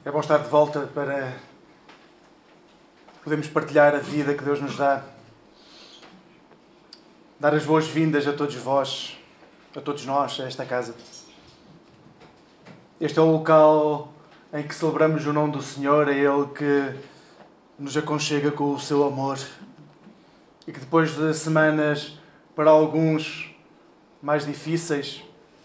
É bom estar de volta para podermos partilhar a vida que Deus nos dá. Dar as boas-vindas a todos vós, a todos nós, a esta casa. Este é o local em que celebramos o nome do Senhor, é Ele que nos aconchega com o seu amor. E que depois de semanas, para alguns, mais difíceis,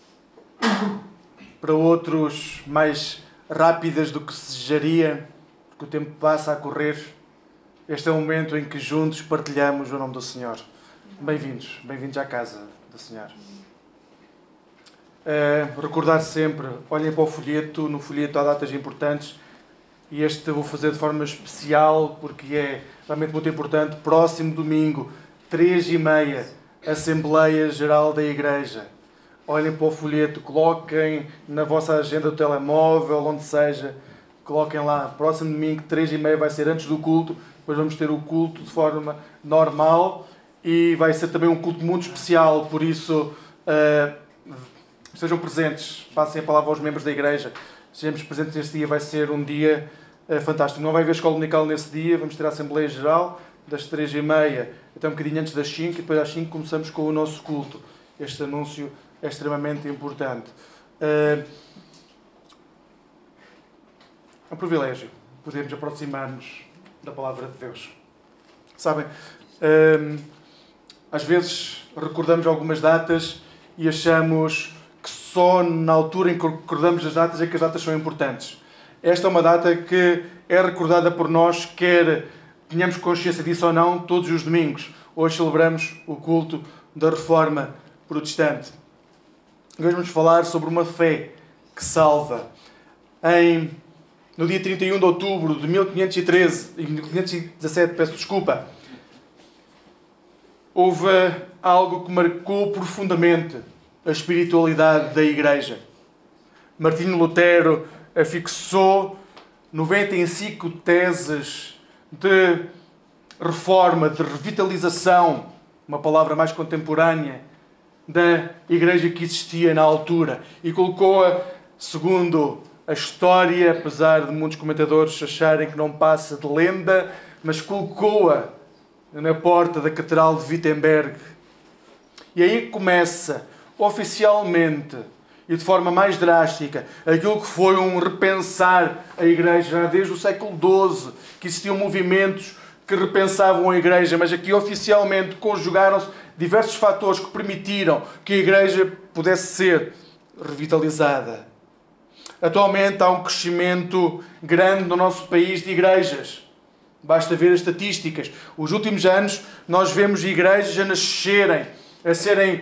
para outros mais rápidas do que se desejaria, porque o tempo passa a correr, este é o momento em que juntos partilhamos o nome do Senhor. Bem-vindos, bem-vindos à casa do Senhor. Recordar sempre, olhem para o folheto, no folheto há datas importantes, e este vou fazer de forma especial, porque é realmente muito importante. Próximo domingo, 3h30, Assembleia Geral da Igreja. Olhem para o folheto, coloquem na vossa agenda do telemóvel, onde seja, coloquem lá. Próximo domingo, 3h30, vai ser antes do culto. Depois vamos ter o culto de forma normal e vai ser também um culto muito especial. Por isso, sejam presentes, passem a palavra aos membros da igreja. Sejamos presentes neste dia, vai ser um dia fantástico. Não vai haver escola dominical nesse dia, vamos ter a Assembleia Geral das 3h30 até um bocadinho antes das 5h, e depois às 5h começamos com o nosso culto. Este anúncio é extremamente importante. É um privilégio podermos aproximar-nos da Palavra de Deus. Sabem, às vezes recordamos algumas datas e achamos que só na altura em que recordamos as datas é que as datas são importantes. Esta é uma data que é recordada por nós, quer tenhamos consciência disso ou não, todos os domingos. Hoje celebramos o culto da Reforma Protestante. Hoje vamos falar sobre uma fé que salva. No dia 31 de outubro de 1517, peço desculpa, houve algo que marcou profundamente a espiritualidade da Igreja. Martinho Lutero afixou 95 teses de reforma, de revitalização, uma palavra mais contemporânea, da Igreja que existia na altura, e colocou-a, segundo a história, apesar de muitos comentadores acharem que não passa de lenda, mas colocou-a na porta da Catedral de Wittenberg. E aí começa, oficialmente e de forma mais drástica, aquilo que foi um repensar a Igreja. Já desde o século XII que existiam movimentos que repensavam a Igreja, mas aqui oficialmente conjugaram-se diversos fatores que permitiram que a Igreja pudesse ser revitalizada. Atualmente há um crescimento grande no nosso país de igrejas. Basta ver as estatísticas. Os últimos anos nós vemos igrejas a nascerem, a serem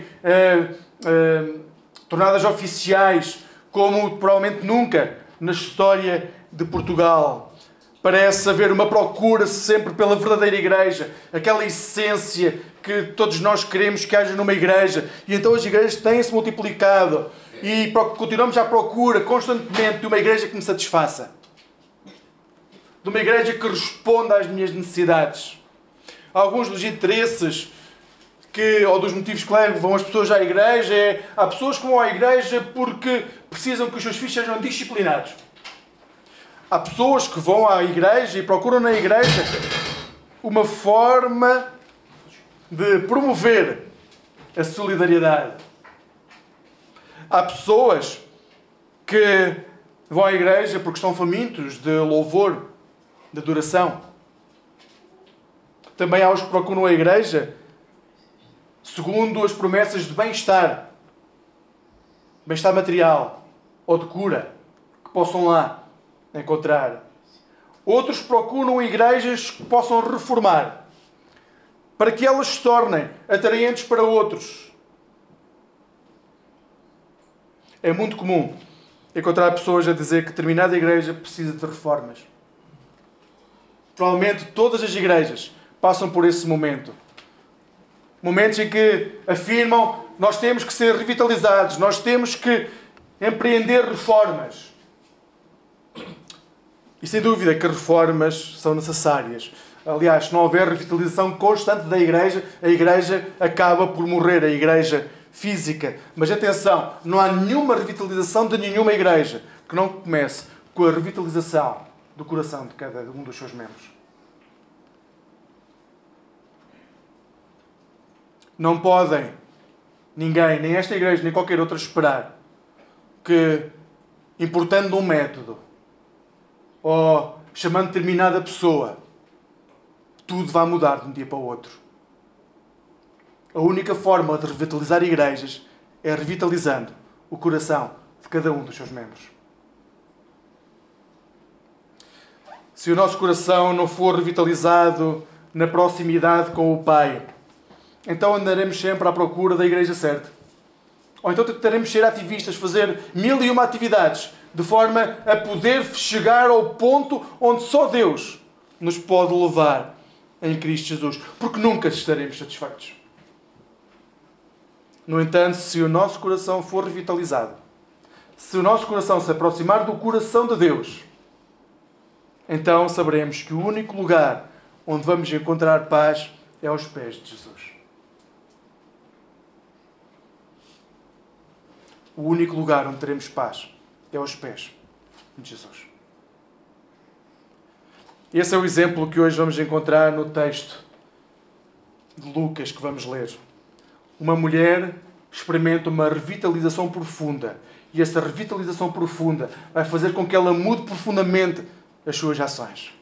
tornadas oficiais, como provavelmente nunca na história de Portugal. Parece haver uma procura sempre pela verdadeira igreja, aquela essência que todos nós queremos que haja numa igreja. E então as igrejas têm-se multiplicado e continuamos à procura constantemente de uma igreja que me satisfaça. De uma igreja que responda às minhas necessidades. Alguns dos interesses ou dos motivos que levam as pessoas à igreja há pessoas que vão à igreja porque precisam que os seus filhos sejam disciplinados. Há pessoas que vão à igreja e procuram na igreja uma forma de promover a solidariedade. Há pessoas que vão à igreja porque estão famintos de louvor, de adoração. Também há os que procuram a igreja segundo as promessas de bem-estar material ou de cura que possam lá encontrar. Outros procuram igrejas que possam reformar, para que elas se tornem atraentes para outros. É muito comum encontrar pessoas a dizer que determinada igreja precisa de reformas. Provavelmente todas as igrejas passam por esse momento. Momentos em que afirmam: nós temos que ser revitalizados, nós temos que empreender reformas. E sem dúvida que reformas são necessárias. Aliás, se não houver revitalização constante da igreja, a igreja acaba por morrer, a igreja física. Mas atenção, não há nenhuma revitalização de nenhuma igreja que não comece com a revitalização do coração de cada um dos seus membros. Não podem ninguém, nem esta igreja, nem qualquer outra, esperar que, importando um método ou chamando determinada pessoa, tudo vai mudar de um dia para o outro. A única forma de revitalizar igrejas é revitalizando o coração de cada um dos seus membros. Se o nosso coração não for revitalizado na proximidade com o Pai, então andaremos sempre à procura da igreja certa. Ou então tentaremos ser ativistas, fazer 1001 atividades, de forma a poder chegar ao ponto onde só Deus nos pode levar em Cristo Jesus. Porque nunca estaremos satisfeitos. No entanto, se o nosso coração for revitalizado, se o nosso coração se aproximar do coração de Deus, então saberemos que o único lugar onde vamos encontrar paz é aos pés de Jesus. O único lugar onde teremos paz é aos pés de Jesus. Esse é o exemplo que hoje vamos encontrar no texto de Lucas que vamos ler. Uma mulher experimenta uma revitalização profunda. E essa revitalização profunda vai fazer com que ela mude profundamente as suas ações.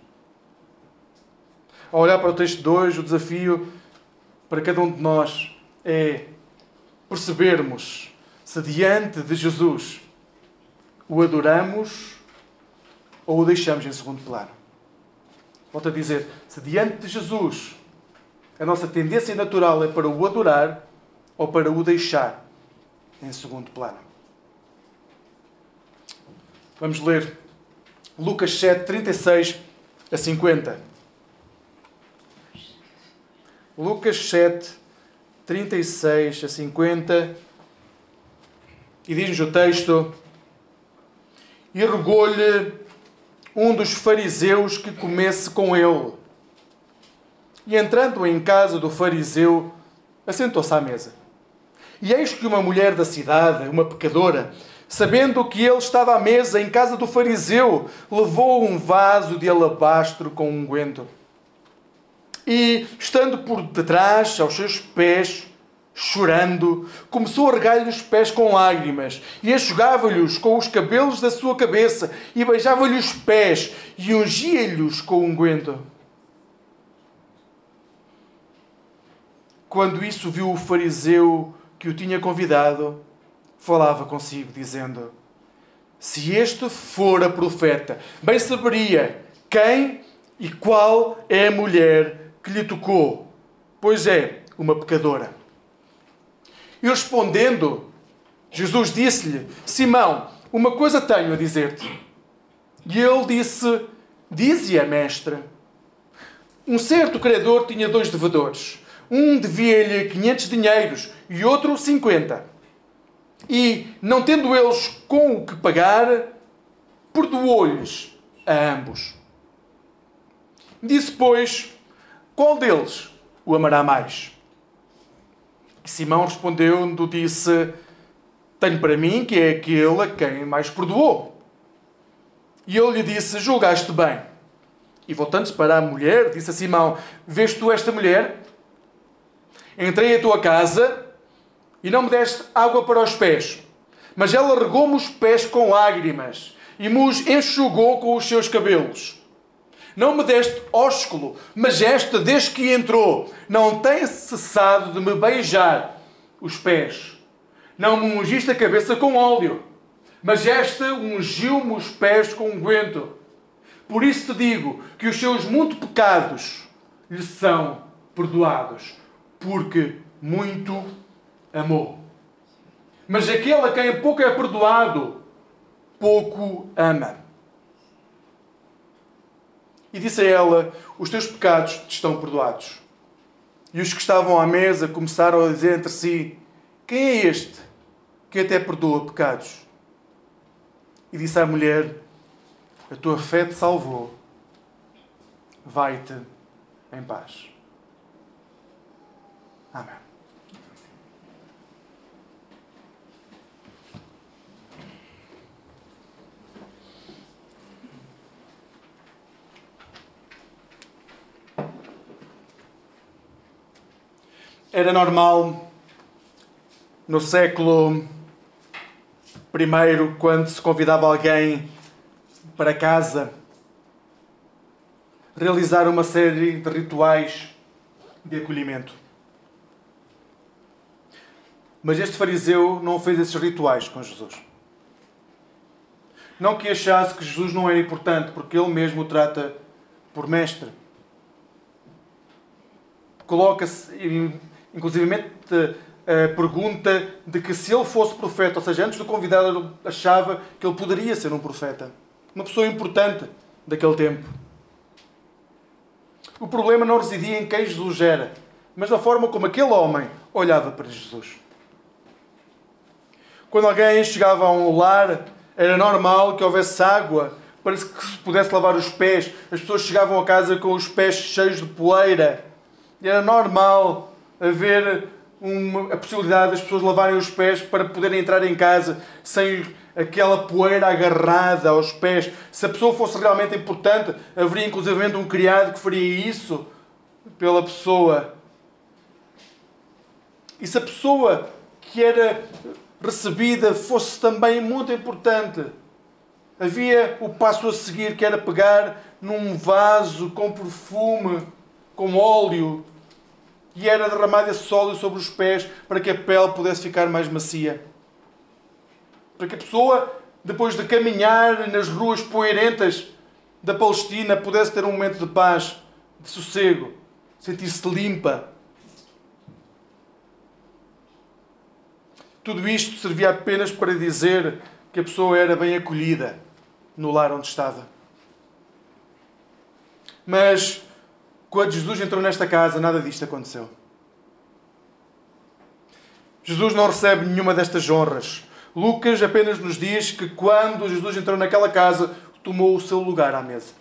Ao olhar para o texto de hoje, o desafio para cada um de nós é percebermos se diante de Jesus o adoramos ou o deixamos em segundo plano. Volto a dizer, se diante de Jesus a nossa tendência natural é para o adorar ou para o deixar em segundo plano. Vamos ler Lucas 7, 36 a 50. Lucas 7, 36 a 50. E diz-nos o texto: E rogou-lhe um dos fariseus que comesse com ele. E entrando em casa do fariseu, assentou-se à mesa. E eis que uma mulher da cidade, uma pecadora, sabendo que ele estava à mesa em casa do fariseu, levou um vaso de alabastro com unguento. E, estando por detrás, aos seus pés, chorando, começou a regar-lhe os pés com lágrimas, e enxugava-lhes com os cabelos da sua cabeça, e beijava-lhe os pés, e ungia-lhes com unguento. Quando isso viu o fariseu que o tinha convidado, falava consigo, dizendo: Se este fora profeta, bem saberia quem e qual é a mulher que lhe tocou, pois é uma pecadora. E respondendo, Jesus disse-lhe: Simão, uma coisa tenho a dizer-te. E ele disse: Dize-a, mestra. Um certo credor tinha 2 devedores. Um devia-lhe 500 dinheiros e outro 50. E, não tendo eles com o que pagar, perdoou-lhes a ambos. Disse, pois, qual deles o amará mais? E Simão respondendo, disse: Tenho para mim que é aquele a quem mais perdoou. E ele lhe disse: Julgaste bem. E voltando-se para a mulher, disse a Simão: Vês tu esta mulher? Entrei à tua casa e não me deste água para os pés, mas ela regou-me os pés com lágrimas e me os enxugou com os seus cabelos. Não me deste ósculo, mas esta, desde que entrou, não tem cessado de me beijar os pés. Não me ungiste a cabeça com óleo, mas esta ungiu-me os pés com unguento. Por isso te digo que os seus muitos pecados lhe são perdoados, porque muito amou. Mas aquele a quem pouco é perdoado, pouco ama. E disse a ela: Os teus pecados te estão perdoados. E os que estavam à mesa começaram a dizer entre si: Quem é este que até perdoa pecados? E disse à mulher: A tua fé te salvou. Vai-te em paz. Amém. Era normal, no século I, quando se convidava alguém para casa, realizar uma série de rituais de acolhimento. Mas este fariseu não fez esses rituais com Jesus. Não que achasse que Jesus não era importante, porque ele mesmo o trata por mestre. Coloca-se, inclusivamente, a pergunta de que se ele fosse profeta, ou seja, antes de o convidar, ele achava que ele poderia ser um profeta. Uma pessoa importante daquele tempo. O problema não residia em quem Jesus era, mas na forma como aquele homem olhava para Jesus. Quando alguém chegava a um lar, era normal que houvesse água para que se pudesse lavar os pés. As pessoas chegavam a casa com os pés cheios de poeira. Era normal haver a possibilidade das pessoas lavarem os pés para poderem entrar em casa sem aquela poeira agarrada aos pés. Se a pessoa fosse realmente importante, haveria inclusivamente um criado que faria isso pela pessoa. E se a pessoa que era recebida fosse também muito importante, havia o passo a seguir, que era pegar num vaso com perfume, com óleo, e era derramado esse óleo sobre os pés para que a pele pudesse ficar mais macia. Para que a pessoa, depois de caminhar nas ruas poeirentas da Palestina, pudesse ter um momento de paz, de sossego, sentir-se limpa. Tudo isto servia apenas para dizer que a pessoa era bem acolhida no lar onde estava. Mas, quando Jesus entrou nesta casa, nada disto aconteceu. Jesus não recebe nenhuma destas honras. Lucas apenas nos diz que quando Jesus entrou naquela casa, tomou o seu lugar à mesa.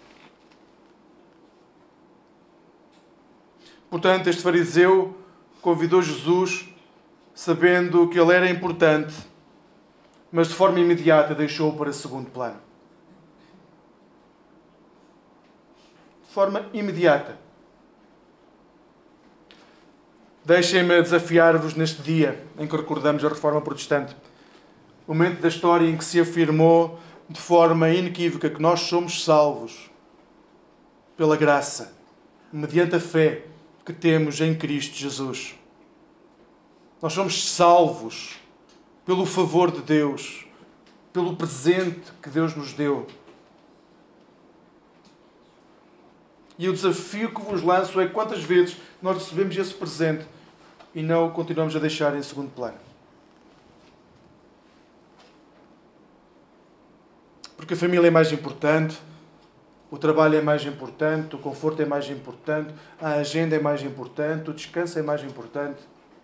Portanto, este fariseu convidou Jesus sabendo que ele era importante, mas de forma imediata deixou-o para segundo plano. De forma imediata. Deixem-me desafiar-vos neste dia em que recordamos a Reforma Protestante. O momento da história em que se afirmou de forma inequívoca que nós somos salvos pela graça, mediante a fé que temos em Cristo Jesus. Nós somos salvos pelo favor de Deus, pelo presente que Deus nos deu. E o desafio que vos lanço é quantas vezes nós recebemos esse presente e não o continuamos a deixar em segundo plano. Porque a família é mais importante, o trabalho é mais importante, o conforto é mais importante, a agenda é mais importante, o descanso é mais importante.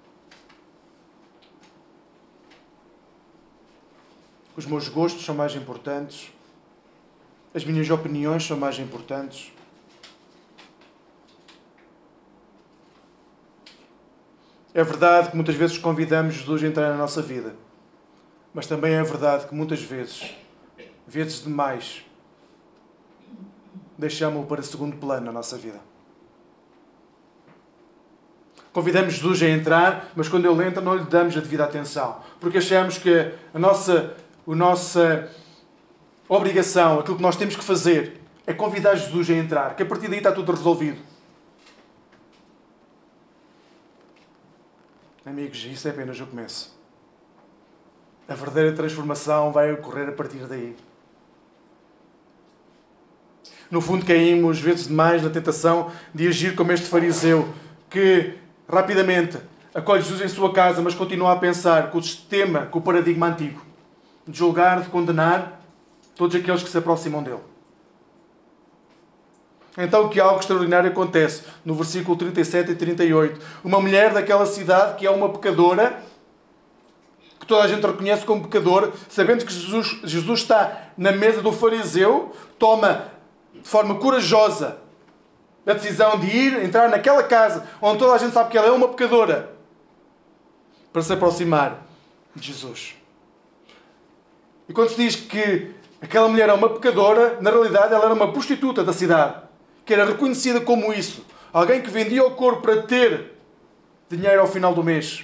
Os meus gostos são mais importantes. As minhas opiniões são mais importantes. É verdade que muitas vezes convidamos Jesus a entrar na nossa vida. Mas também é verdade que muitas vezes demais, deixamos-o para segundo plano na nossa vida. Convidamos Jesus a entrar, mas quando Ele entra não lhe damos a devida atenção. Porque achamos que a nossa obrigação, aquilo que nós temos que fazer, é convidar Jesus a entrar, que a partir daí está tudo resolvido. Amigos, isso é apenas o começo. A verdadeira transformação vai ocorrer a partir daí. No fundo, caímos vezes demais na tentação de agir como este fariseu, que rapidamente acolhe Jesus em sua casa, mas continua a pensar com o sistema, com o paradigma antigo, de julgar, de condenar todos aqueles que se aproximam dele. Então que algo extraordinário acontece no versículo 37 e 38. Uma mulher daquela cidade, que é uma pecadora, que toda a gente reconhece como pecadora, sabendo que Jesus está na mesa do fariseu, toma de forma corajosa a decisão de entrar naquela casa onde toda a gente sabe que ela é uma pecadora, para se aproximar de Jesus. E quando se diz que aquela mulher é uma pecadora, na realidade ela era uma prostituta da cidade, que era reconhecida como isso. Alguém que vendia o corpo para ter dinheiro ao final do mês.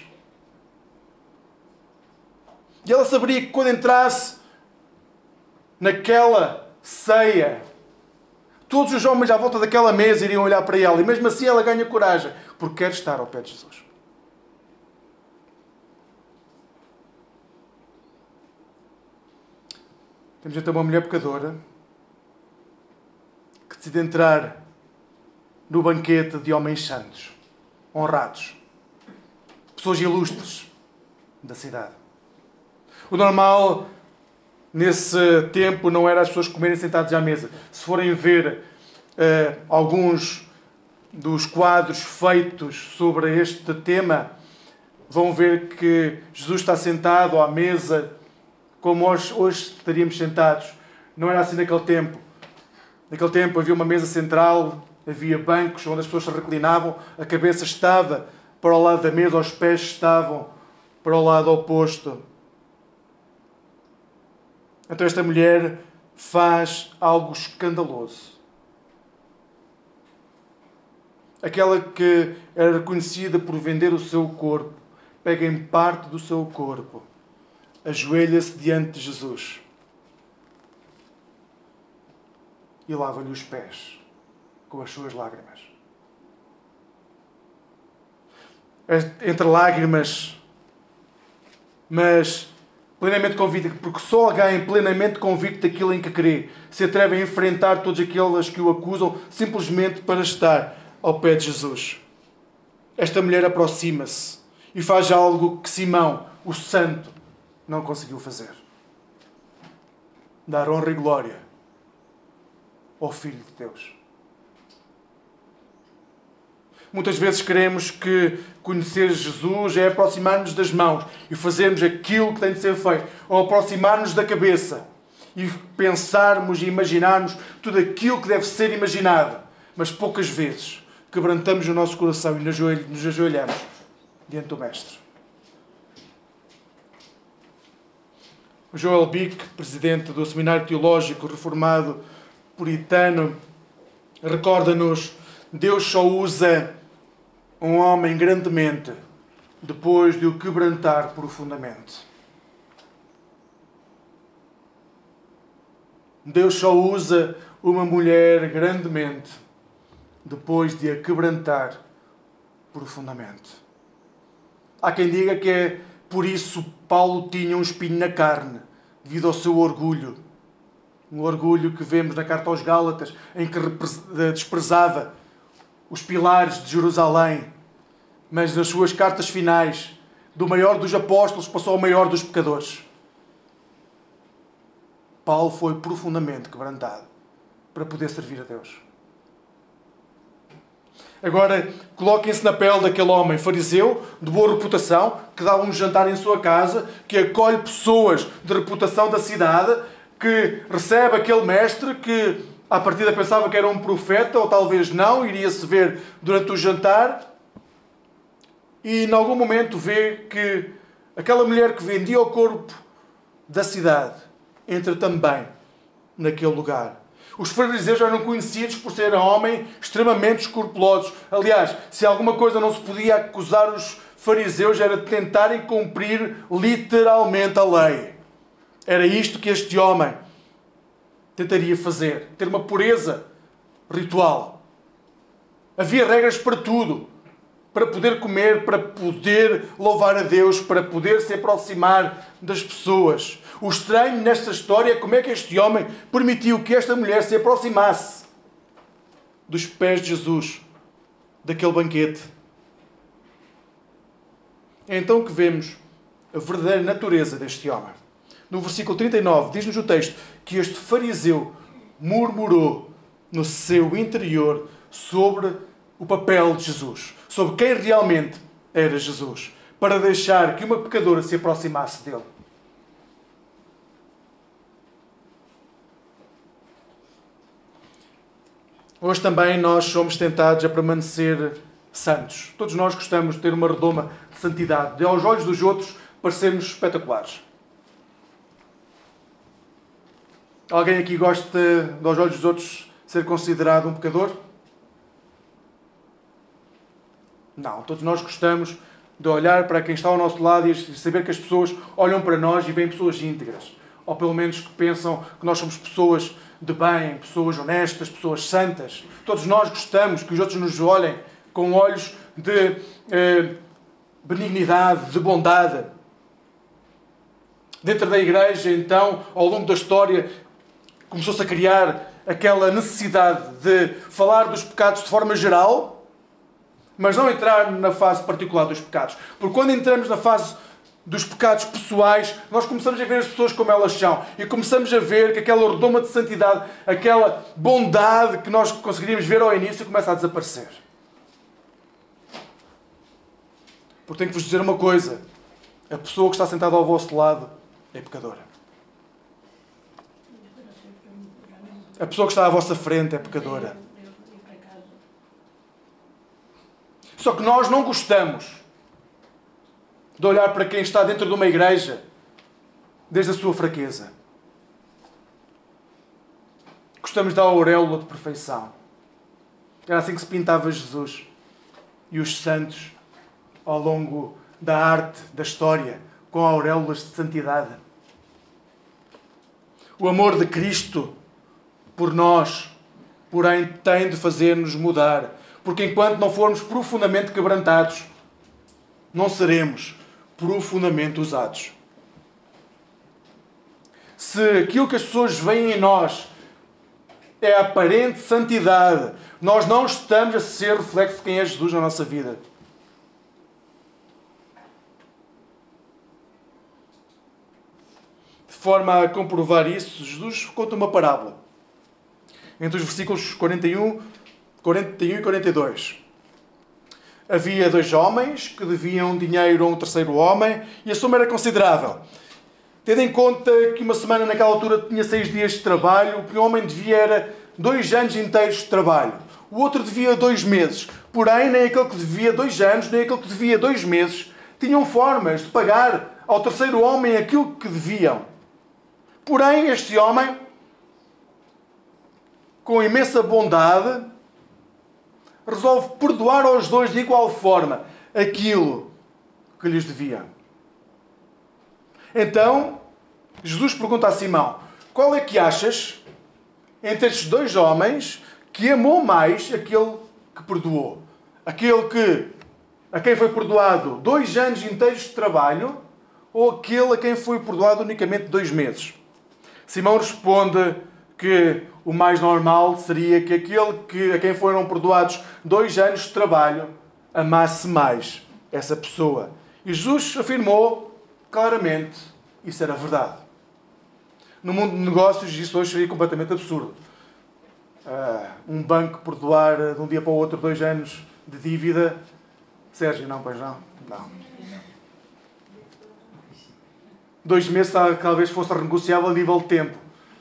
E ela saberia que quando entrasse naquela ceia, todos os homens à volta daquela mesa iriam olhar para ela. E mesmo assim ela ganha coragem, porque quer estar ao pé de Jesus. Temos então uma mulher pecadora que decide entrar no banquete de homens santos, honrados, pessoas ilustres da cidade. O normal nesse tempo não era as pessoas comerem sentadas à mesa. Se forem ver alguns dos quadros feitos sobre este tema, vão ver que Jesus está sentado à mesa como hoje estaríamos sentados. Não era assim naquele tempo. Naquele tempo havia uma mesa central, havia bancos onde as pessoas se reclinavam, a cabeça estava para o lado da mesa, os pés estavam para o lado oposto. Então esta mulher faz algo escandaloso. Aquela que era reconhecida por vender o seu corpo, pega em parte do seu corpo, ajoelha-se diante de Jesus e lava-lhe os pés com as suas lágrimas. Entre lágrimas, mas plenamente convicto, porque só alguém plenamente convicto daquilo em que crê se atreve a enfrentar todos aqueles que o acusam simplesmente para estar ao pé de Jesus. Esta mulher aproxima-se e faz algo que Simão, o santo, não conseguiu fazer. Dar honra e glória ao Filho de Deus. Muitas vezes queremos que conhecer Jesus é aproximar-nos das mãos e fazermos aquilo que tem de ser feito, ou aproximar-nos da cabeça e pensarmos e imaginarmos tudo aquilo que deve ser imaginado. Mas poucas vezes quebrantamos o nosso coração e nos ajoelhamos diante do Mestre. O Joel Bick, presidente do Seminário Teológico Reformado Puritano, recorda-nos: Deus só usa um homem grandemente depois de o quebrantar profundamente. Deus só usa uma mulher grandemente depois de a quebrantar profundamente. Há quem diga que é por isso Paulo tinha um espinho na carne, devido ao seu orgulho. Um orgulho que vemos na carta aos Gálatas, em que desprezava os pilares de Jerusalém, mas nas suas cartas finais, do maior dos apóstolos passou ao maior dos pecadores. Paulo foi profundamente quebrantado para poder servir a Deus. Agora, coloquem-se na pele daquele homem fariseu, de boa reputação, que dá um jantar em sua casa, que acolhe pessoas de reputação da cidade, que recebe aquele mestre que, à partida, pensava que era um profeta, ou talvez não, iria-se ver durante o jantar, e, em algum momento, vê que aquela mulher que vendia o corpo da cidade entra também naquele lugar. Os fariseus eram conhecidos por serem homens extremamente escrupulosos. Aliás, se alguma coisa não se podia acusar os fariseus, era de tentarem cumprir literalmente a lei. Era isto que este homem tentaria fazer. Ter uma pureza ritual. Havia regras para tudo. Para poder comer, para poder louvar a Deus, para poder se aproximar das pessoas. O estranho nesta história é como é que este homem permitiu que esta mulher se aproximasse dos pés de Jesus, daquele banquete. É então que vemos a verdadeira natureza deste homem. No versículo 39, diz-nos o texto que este fariseu murmurou no seu interior sobre o papel de Jesus, sobre quem realmente era Jesus, para deixar que uma pecadora se aproximasse dele. Hoje também nós somos tentados a permanecer santos. Todos nós gostamos de ter uma redoma de santidade, de aos olhos dos outros parecermos espetaculares. Alguém aqui gosta de aos olhos dos outros ser considerado um pecador? Não, todos nós gostamos de olhar para quem está ao nosso lado e saber que as pessoas olham para nós e veem pessoas íntegras. Ou pelo menos que pensam que nós somos pessoas de bem, pessoas honestas, pessoas santas. Todos nós gostamos que os outros nos olhem com olhos de benignidade, de bondade. Dentro da igreja, então, ao longo da história, começou-se a criar aquela necessidade de falar dos pecados de forma geral, mas não entrar na fase particular dos pecados. Porque quando entramos na fase dos pecados pessoais, nós começamos a ver as pessoas como elas são. E começamos a ver que aquela redoma de santidade, aquela bondade que nós conseguiríamos ver ao início, começa a desaparecer. Porque tenho que vos dizer uma coisa. A pessoa que está sentada ao vosso lado é pecadora. A pessoa que está à vossa frente é pecadora. Só que nós não gostamos de olhar para quem está dentro de uma igreja desde a sua fraqueza. Gostamos da auréola de perfeição. Era assim que se pintava Jesus e os santos ao longo da arte, da história, com auréolas de santidade. O amor de Cristo por nós, porém, tem de fazer-nos mudar. Porque enquanto não formos profundamente quebrantados, não seremos profundamente usados. Se aquilo que as pessoas veem em nós é a aparente santidade, nós não estamos a ser reflexo de quem é Jesus na nossa vida. De forma a comprovar isso, Jesus conta uma parábola. Entre os versículos 41 e 42. Havia 2 homens que deviam dinheiro a um terceiro homem e a soma era considerável. Tendo em conta que uma semana naquela altura tinha 6 dias de trabalho, o que o homem devia era 2 anos inteiros de trabalho. O outro devia 2 meses. Porém, nem aquele que devia 2 anos, nem aquele que devia 2 meses tinham formas de pagar ao terceiro homem aquilo que deviam. Porém, este homem, com imensa bondade, resolve perdoar aos 2 de igual forma aquilo que lhes deviam. Então, Jesus pergunta a Simão: qual é que achas entre estes 2 homens que amou mais aquele que perdoou? Aquele a quem foi perdoado 2 anos inteiros de trabalho ou aquele a quem foi perdoado unicamente 2 meses? Simão responde que o mais normal seria que aquele a quem foram perdoados 2 anos de trabalho amasse mais essa pessoa. E Jesus afirmou claramente isso era verdade. No mundo de negócios isso hoje seria completamente absurdo. Um banco perdoar de um dia para o outro 2 anos de dívida. Sérgio, não, pois não? Não. 2 meses talvez fosse renegociável a nível de tempo.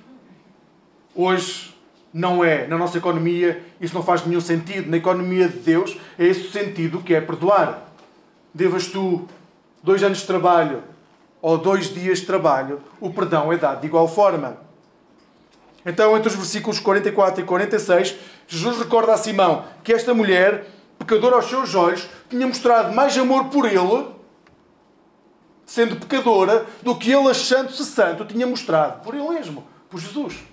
Hoje não é. Na nossa economia isso não faz nenhum sentido. Na economia de Deus é esse o sentido que é perdoar. Devas tu 2 anos de trabalho ou 2 dias de trabalho, o perdão é dado de igual forma. Então, entre os versículos 44 e 46, Jesus recorda a Simão que esta mulher, pecadora aos seus olhos, tinha mostrado mais amor por ele, sendo pecadora, do que ele, achando-se santo, tinha mostrado por ele mesmo, por Jesus.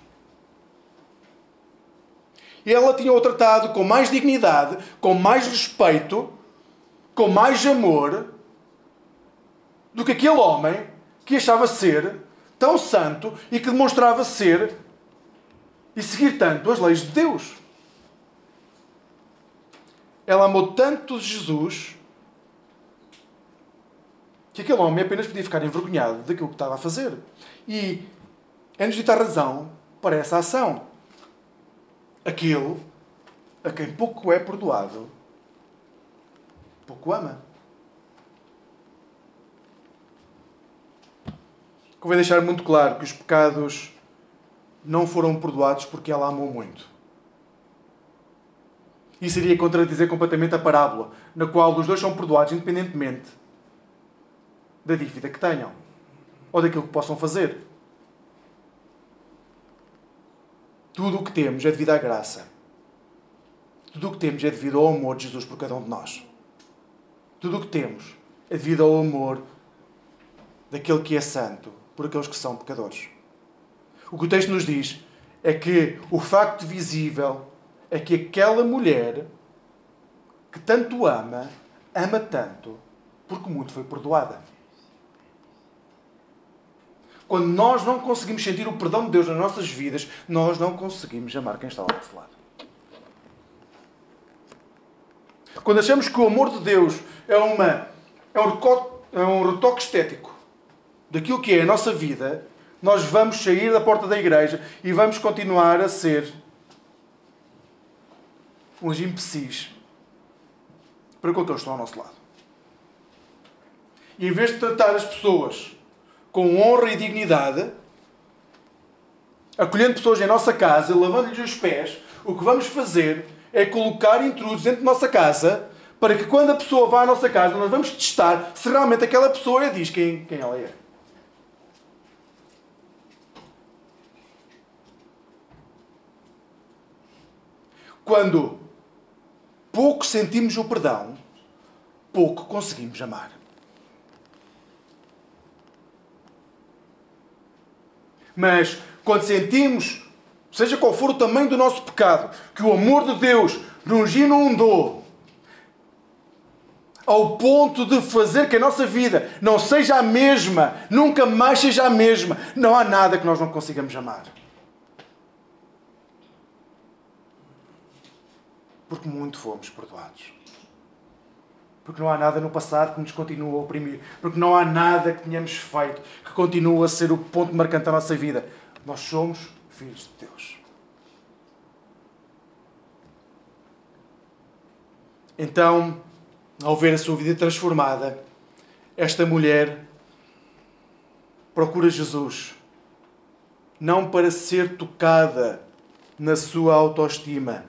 E ela tinha-o tratado com mais dignidade, com mais respeito, com mais amor, do que aquele homem que achava ser tão santo e que demonstrava ser e seguir tanto as leis de Deus. Ela amou tanto Jesus que aquele homem apenas podia ficar envergonhado daquilo que estava a fazer. E é-nos dita a razão para essa ação. Aquele a quem pouco é perdoado, pouco ama. Convém deixar muito claro que os pecados não foram perdoados porque ela amou muito. Isso iria contradizer completamente a parábola, na qual os 2 são perdoados independentemente da dívida que tenham ou daquilo que possam fazer. Tudo o que temos é devido à graça. Tudo o que temos é devido ao amor de Jesus por cada um de nós. Tudo o que temos é devido ao amor daquele que é santo por aqueles que são pecadores. O que o texto nos diz é que o facto visível é que aquela mulher que tanto ama tanto porque muito foi perdoada. Quando nós não conseguimos sentir o perdão de Deus nas nossas vidas, nós não conseguimos amar quem está ao nosso lado. Quando achamos que o amor de Deus é um retoque estético daquilo que é a nossa vida, nós vamos sair da porta da igreja e vamos continuar a ser uns imbecis para com aqueles que estão ao nosso lado. E em vez de tratar as pessoas com honra e dignidade, acolhendo pessoas em nossa casa, lavando-lhes os pés, o que vamos fazer é colocar intrusos dentro da nossa casa para que quando a pessoa vá à nossa casa, nós vamos testar se realmente aquela pessoa diz quem ela é. Quando pouco sentimos o perdão, pouco conseguimos amar. Mas quando sentimos, seja qual for o tamanho do nosso pecado, que o amor de Deus nos inundou ao ponto de fazer que a nossa vida não seja a mesma, nunca mais seja a mesma, não há nada que nós não consigamos amar. Porque muito fomos perdoados. Porque não há nada no passado que nos continue a oprimir. Porque não há nada que tenhamos feito que continue a ser o ponto marcante da nossa vida. Nós somos filhos de Deus. Então, ao ver a sua vida transformada, esta mulher procura Jesus. Não para ser tocada na sua autoestima.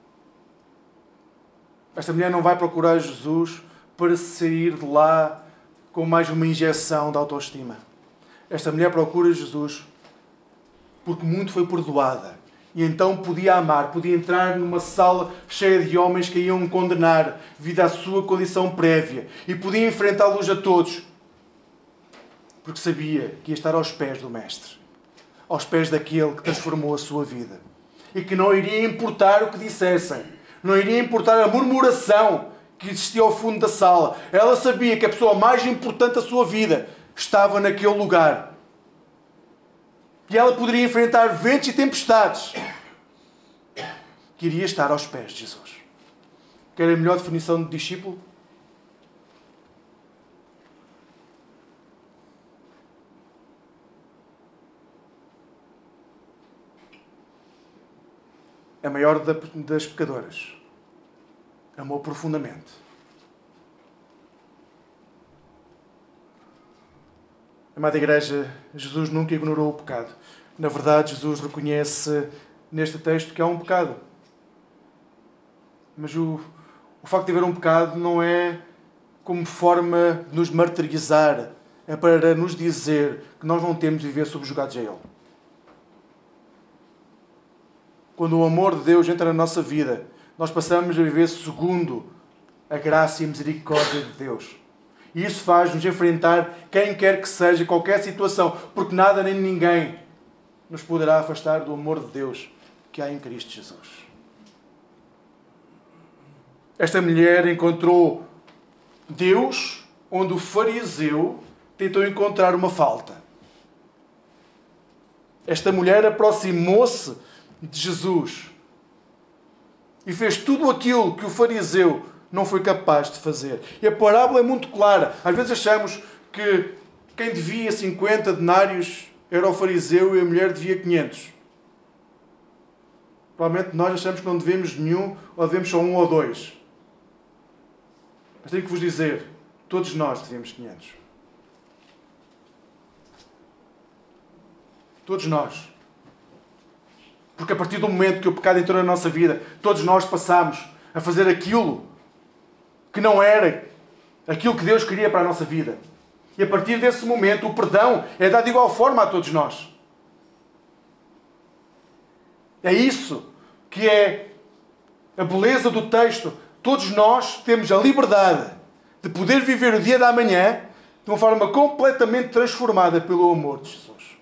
Esta mulher não vai procurar Jesus para sair de lá com mais uma injeção de autoestima. Esta mulher procura Jesus porque muito foi perdoada. E então podia amar, podia entrar numa sala cheia de homens que iam condenar devido à sua condição prévia. E podia enfrentá-los a todos. Porque sabia que ia estar aos pés do Mestre. Aos pés daquele que transformou a sua vida. E que não iria importar o que dissessem. Não iria importar a murmuração que existia ao fundo da sala. Ela sabia que a pessoa mais importante da sua vida estava naquele lugar. E ela poderia enfrentar ventos e tempestades. Que iria estar aos pés de Jesus. Quer a melhor definição de discípulo? A maior das pecadoras. Amou profundamente. Amada Igreja, Jesus nunca ignorou o pecado. Na verdade, Jesus reconhece neste texto que há um pecado. Mas o facto de haver um pecado não é como forma de nos martirizar. É para nos dizer que nós não temos de viver subjugados a Ele. Quando o amor de Deus entra na nossa vida, nós passamos a viver segundo a graça e a misericórdia de Deus. E isso faz-nos enfrentar quem quer que seja, qualquer situação, porque nada nem ninguém nos poderá afastar do amor de Deus que há em Cristo Jesus. Esta mulher encontrou Deus onde o fariseu tentou encontrar uma falta. Esta mulher aproximou-se de Jesus e fez tudo aquilo que o fariseu não foi capaz de fazer. E a parábola é muito clara. Às vezes achamos que quem devia 50 denários era o fariseu e a mulher devia 500. Provavelmente nós achamos que não devemos nenhum ou devemos só um ou dois. Mas tenho que vos dizer, todos nós devemos 500. Todos nós. Porque a partir do momento que o pecado entrou na nossa vida, todos nós passamos a fazer aquilo que não era aquilo que Deus queria para a nossa vida. E a partir desse momento, o perdão é dado de igual forma a todos nós. É isso que é a beleza do texto. Todos nós temos a liberdade de poder viver o dia da manhã de uma forma completamente transformada pelo amor de Jesus.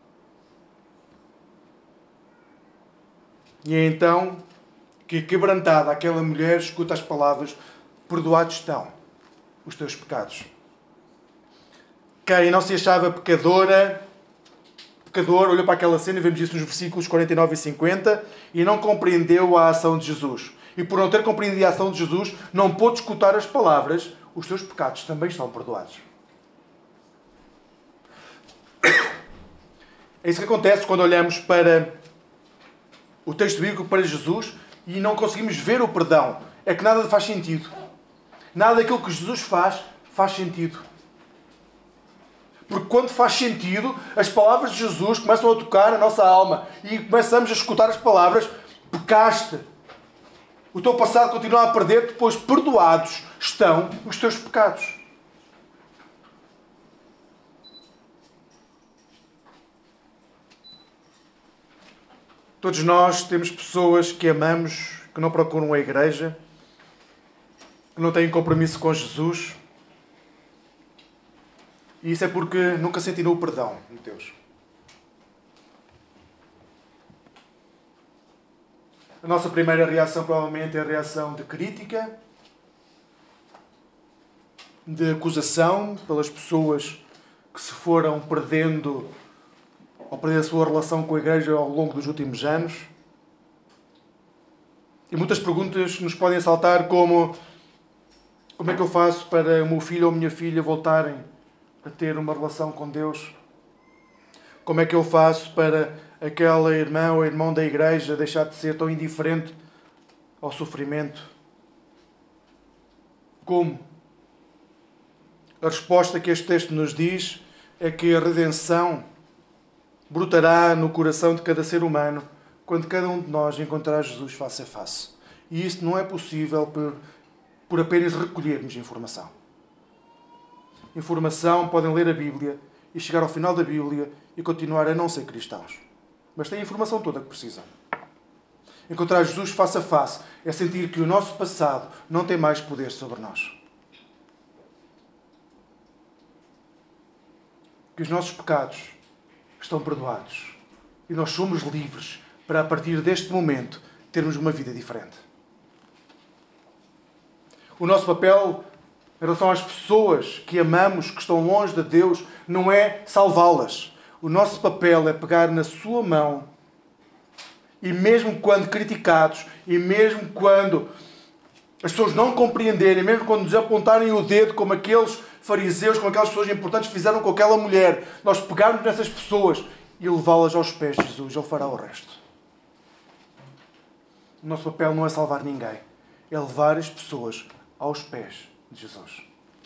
E é então que, quebrantada, aquela mulher escuta as palavras: perdoados estão os teus pecados. Quem não se achava pecador, olhou para aquela cena, e vemos isso nos versículos 49 e 50, e não compreendeu a ação de Jesus. E por não ter compreendido a ação de Jesus, não pôde escutar as palavras: os teus pecados também estão perdoados. É isso que acontece quando olhamos para o texto bíblico, para Jesus, e não conseguimos ver o perdão. É que nada faz sentido. Nada daquilo que Jesus faz sentido. Porque quando faz sentido, as palavras de Jesus começam a tocar a nossa alma e começamos a escutar as palavras: pecaste. O teu passado continua a perder, depois perdoados estão os teus pecados. Todos nós temos pessoas que amamos, que não procuram a igreja, que não têm compromisso com Jesus. E isso é porque nunca sentiram o perdão de Deus. A nossa primeira reação provavelmente é a reação de crítica, de acusação pelas pessoas que se foram perdendo ou perder a sua relação com a igreja ao longo dos últimos anos. E muitas perguntas nos podem saltar como: como é que eu faço para o meu filho ou a minha filha voltarem a ter uma relação com Deus? Como é que eu faço para aquela irmã ou irmão da igreja deixar de ser tão indiferente ao sofrimento? Como? A resposta que este texto nos diz é que a redenção brotará no coração de cada ser humano quando cada um de nós encontrar Jesus face a face. E isso não é possível por apenas recolhermos informação. Informação, podem ler a Bíblia e chegar ao final da Bíblia e continuar a não ser cristãos. Mas têm a informação toda que precisam. Encontrar Jesus face a face é sentir que o nosso passado não tem mais poder sobre nós. Que os nossos pecados estão perdoados. E nós somos livres para, a partir deste momento, termos uma vida diferente. O nosso papel em relação às pessoas que amamos, que estão longe de Deus, não é salvá-las. O nosso papel é pegar na sua mão e, mesmo quando criticados, e mesmo quando as pessoas não compreenderem, mesmo quando nos apontarem o dedo como aqueles fariseus, como aquelas pessoas importantes fizeram com aquela mulher, nós pegarmos nessas pessoas e levá-las aos pés de Jesus. Ele fará o resto. O nosso papel não é salvar ninguém. É levar as pessoas aos pés de Jesus.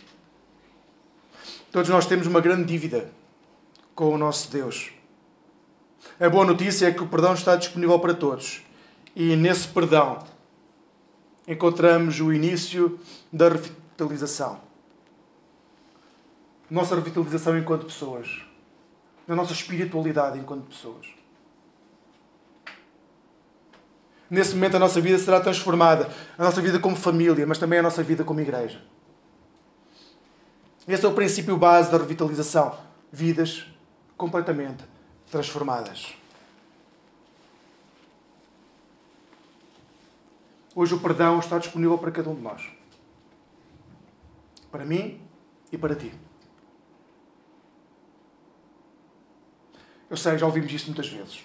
Todos nós temos uma grande dívida com o nosso Deus. A boa notícia é que o perdão está disponível para todos. E nesse perdão encontramos o início da revitalização. Nossa revitalização enquanto pessoas. Na nossa espiritualidade enquanto pessoas. Nesse momento a nossa vida será transformada. A nossa vida como família, mas também a nossa vida como igreja. Esse é o princípio base da revitalização. Vidas completamente transformadas. Hoje o perdão está disponível para cada um de nós. Para mim e para ti. Eu sei, já ouvimos isto muitas vezes.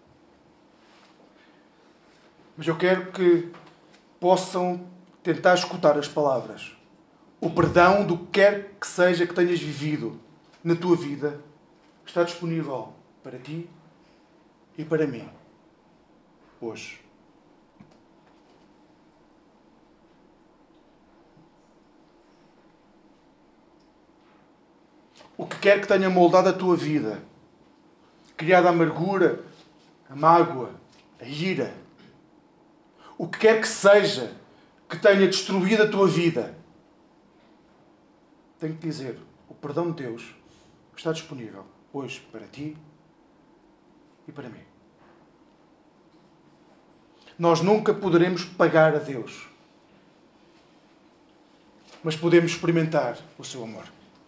Mas eu quero que possam tentar escutar as palavras. O perdão do que quer que seja que tenhas vivido na tua vida está disponível para ti e para mim. Hoje. O que quer que tenha moldado a tua vida, criado a amargura, a mágoa, a ira, o que quer que seja que tenha destruído a tua vida, tenho que dizer, o perdão de Deus está disponível hoje para ti e para mim. Nós nunca poderemos pagar a Deus. mas podemos experimentar o seu amor.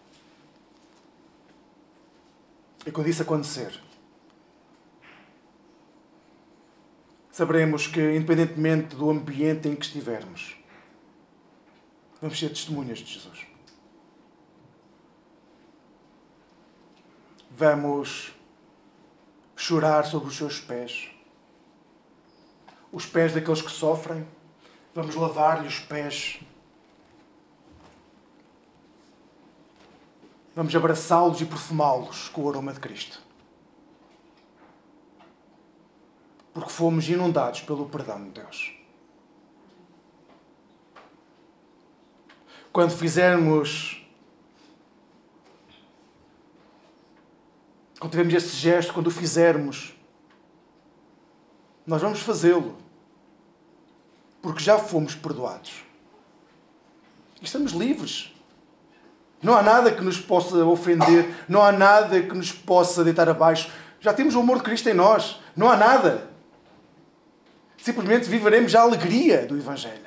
E quando isso acontecer, saberemos que, independentemente do ambiente em que estivermos, vamos ser testemunhas de Jesus. Vamos chorar sobre os seus pés, os pés daqueles que sofrem. Vamos lavar-lhe os pés. Vamos abraçá-los e perfumá-los com o aroma de Cristo. Porque fomos inundados pelo perdão de Deus. Quando tivermos esse gesto, quando o fizermos, nós vamos fazê-lo. Porque já fomos perdoados. E estamos livres. Não há nada que nos possa ofender. Não há nada que nos possa deitar abaixo. Já temos o amor de Cristo em nós. Não há nada. Simplesmente viveremos a alegria do Evangelho.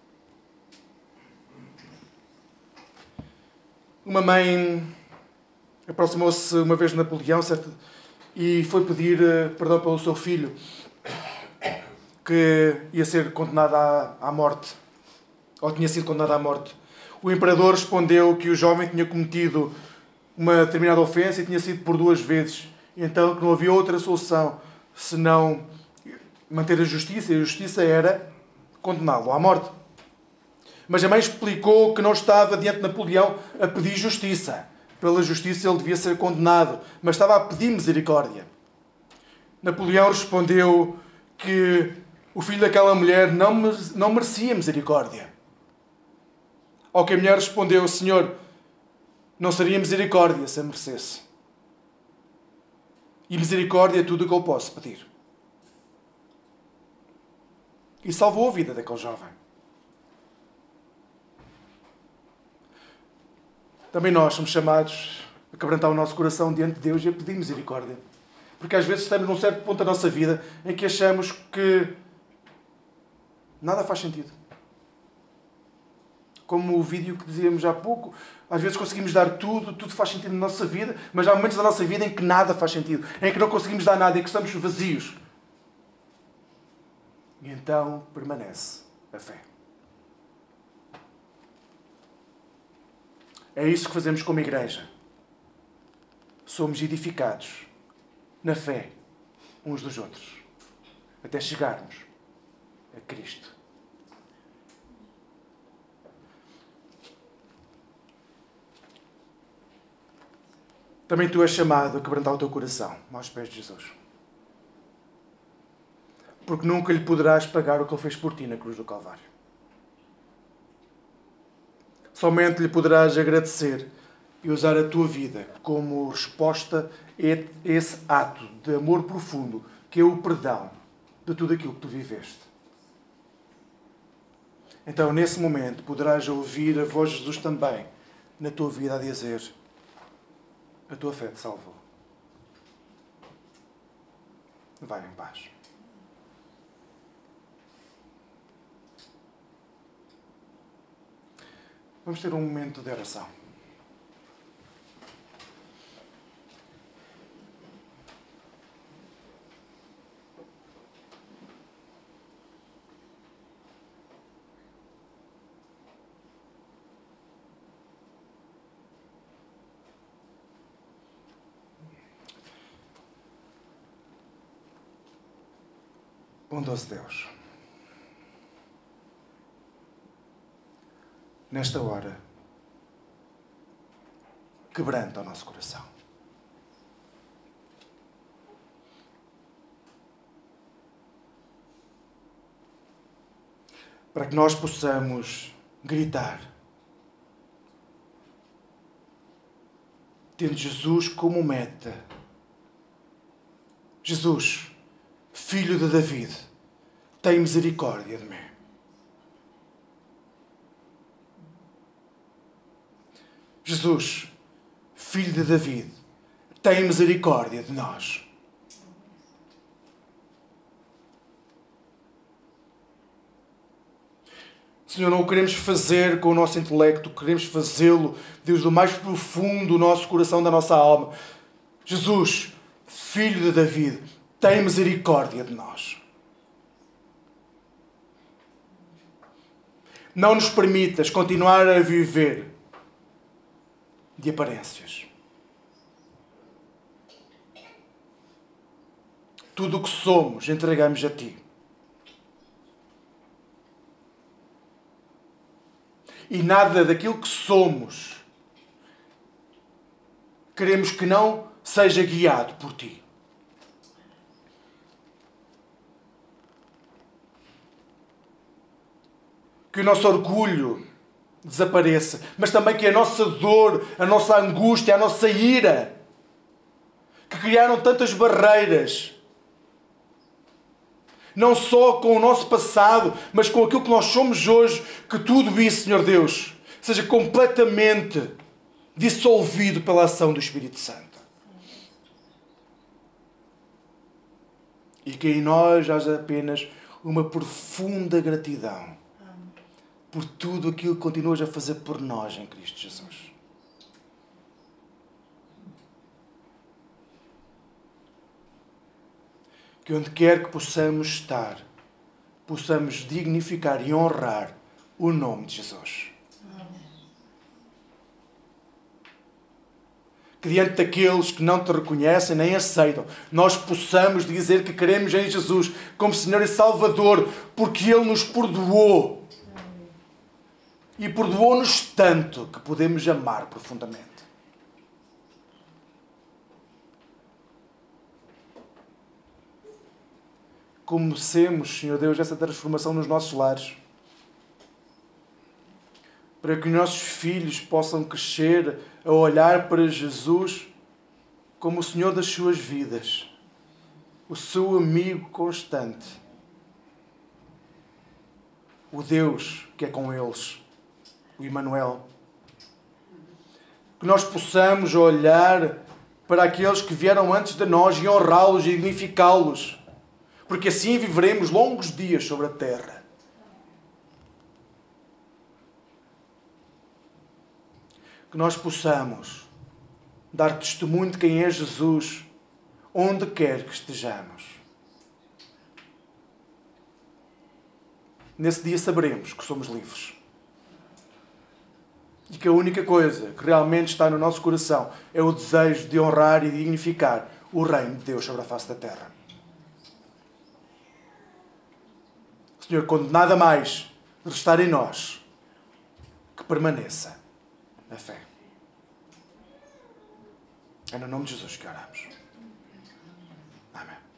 Uma mãe aproximou-se uma vez de Napoleão, certo? E foi pedir perdão pelo seu filho, que ia ser condenado à morte, ou tinha sido condenado à morte. O imperador respondeu que o jovem tinha cometido uma determinada ofensa e tinha sido por 2 vezes. Então que não havia outra solução senão manter a justiça, e a justiça era condená-lo à morte. Mas a mãe explicou que não estava diante de Napoleão a pedir justiça. Pela justiça ele devia ser condenado, mas estava a pedir misericórdia. Napoleão respondeu que o filho daquela mulher não merecia misericórdia. Ao que a mulher respondeu: Senhor, não seria misericórdia se a merecesse. E misericórdia é tudo o que eu posso pedir. E salvou a vida daquele jovem. Também nós somos chamados a quebrantar o nosso coração diante de Deus e a pedir misericórdia. Porque às vezes estamos num certo ponto da nossa vida em que achamos que nada faz sentido. Como o vídeo que dizíamos há pouco, às vezes conseguimos dar tudo faz sentido na nossa vida, mas há momentos da nossa vida em que nada faz sentido, em que não conseguimos dar nada, em que estamos vazios. E então permanece a fé. É isso que fazemos como igreja. Somos edificados na fé uns dos outros, até chegarmos a Cristo. Também tu és chamado a quebrantar o teu coração aos pés de Jesus. Porque nunca lhe poderás pagar o que ele fez por ti na cruz do Calvário. Somente lhe poderás agradecer e usar a tua vida como resposta a esse ato de amor profundo, que é o perdão de tudo aquilo que tu viveste. Então, nesse momento, poderás ouvir a voz de Jesus também na tua vida a dizer: a tua fé te salvou. Vai em paz. Vamos ter um momento de oração. Bondoso Deus, nesta hora, quebranta o nosso coração. Para que nós possamos gritar, tendo Jesus como meta. Jesus, Filho de David, tem misericórdia de mim. Jesus, Filho de David, tem misericórdia de nós. Senhor, não o queremos fazer com o nosso intelecto, queremos fazê-lo, Deus, do mais profundo do nosso coração, da nossa alma. Jesus, Filho de David, tem misericórdia de nós. Não nos permitas continuar a viver de aparências. Tudo o que somos, entregamos a Ti. E nada daquilo que somos queremos que não seja guiado por Ti. Que o nosso orgulho desapareça, mas também que a nossa dor, a nossa angústia, a nossa ira, que criaram tantas barreiras, não só com o nosso passado, mas com aquilo que nós somos hoje, que tudo isso, Senhor Deus, seja completamente dissolvido pela ação do Espírito Santo. E que em nós haja apenas uma profunda gratidão por tudo aquilo que continuas a fazer por nós em Cristo Jesus. Que onde quer que possamos estar, possamos dignificar e honrar o nome de Jesus. Que diante daqueles que não te reconhecem nem aceitam, nós possamos dizer que queremos em Jesus como Senhor e Salvador, porque Ele nos perdoou. E perdoou-nos tanto que podemos amar profundamente. Comecemos, Senhor Deus, essa transformação nos nossos lares. Para que os nossos filhos possam crescer a olhar para Jesus como o Senhor das suas vidas. O seu amigo constante. O Deus que é com eles. O Emmanuel. Que nós possamos olhar para aqueles que vieram antes de nós e honrá-los e dignificá-los. Porque assim viveremos longos dias sobre a terra. Que nós possamos dar testemunho de quem é Jesus, onde quer que estejamos. Nesse dia saberemos que somos livres. E que a única coisa que realmente está no nosso coração é o desejo de honrar e dignificar o reino de Deus sobre a face da terra. Senhor, quando nada mais restar em nós, que permaneça na fé. É no nome de Jesus que oramos. Amém.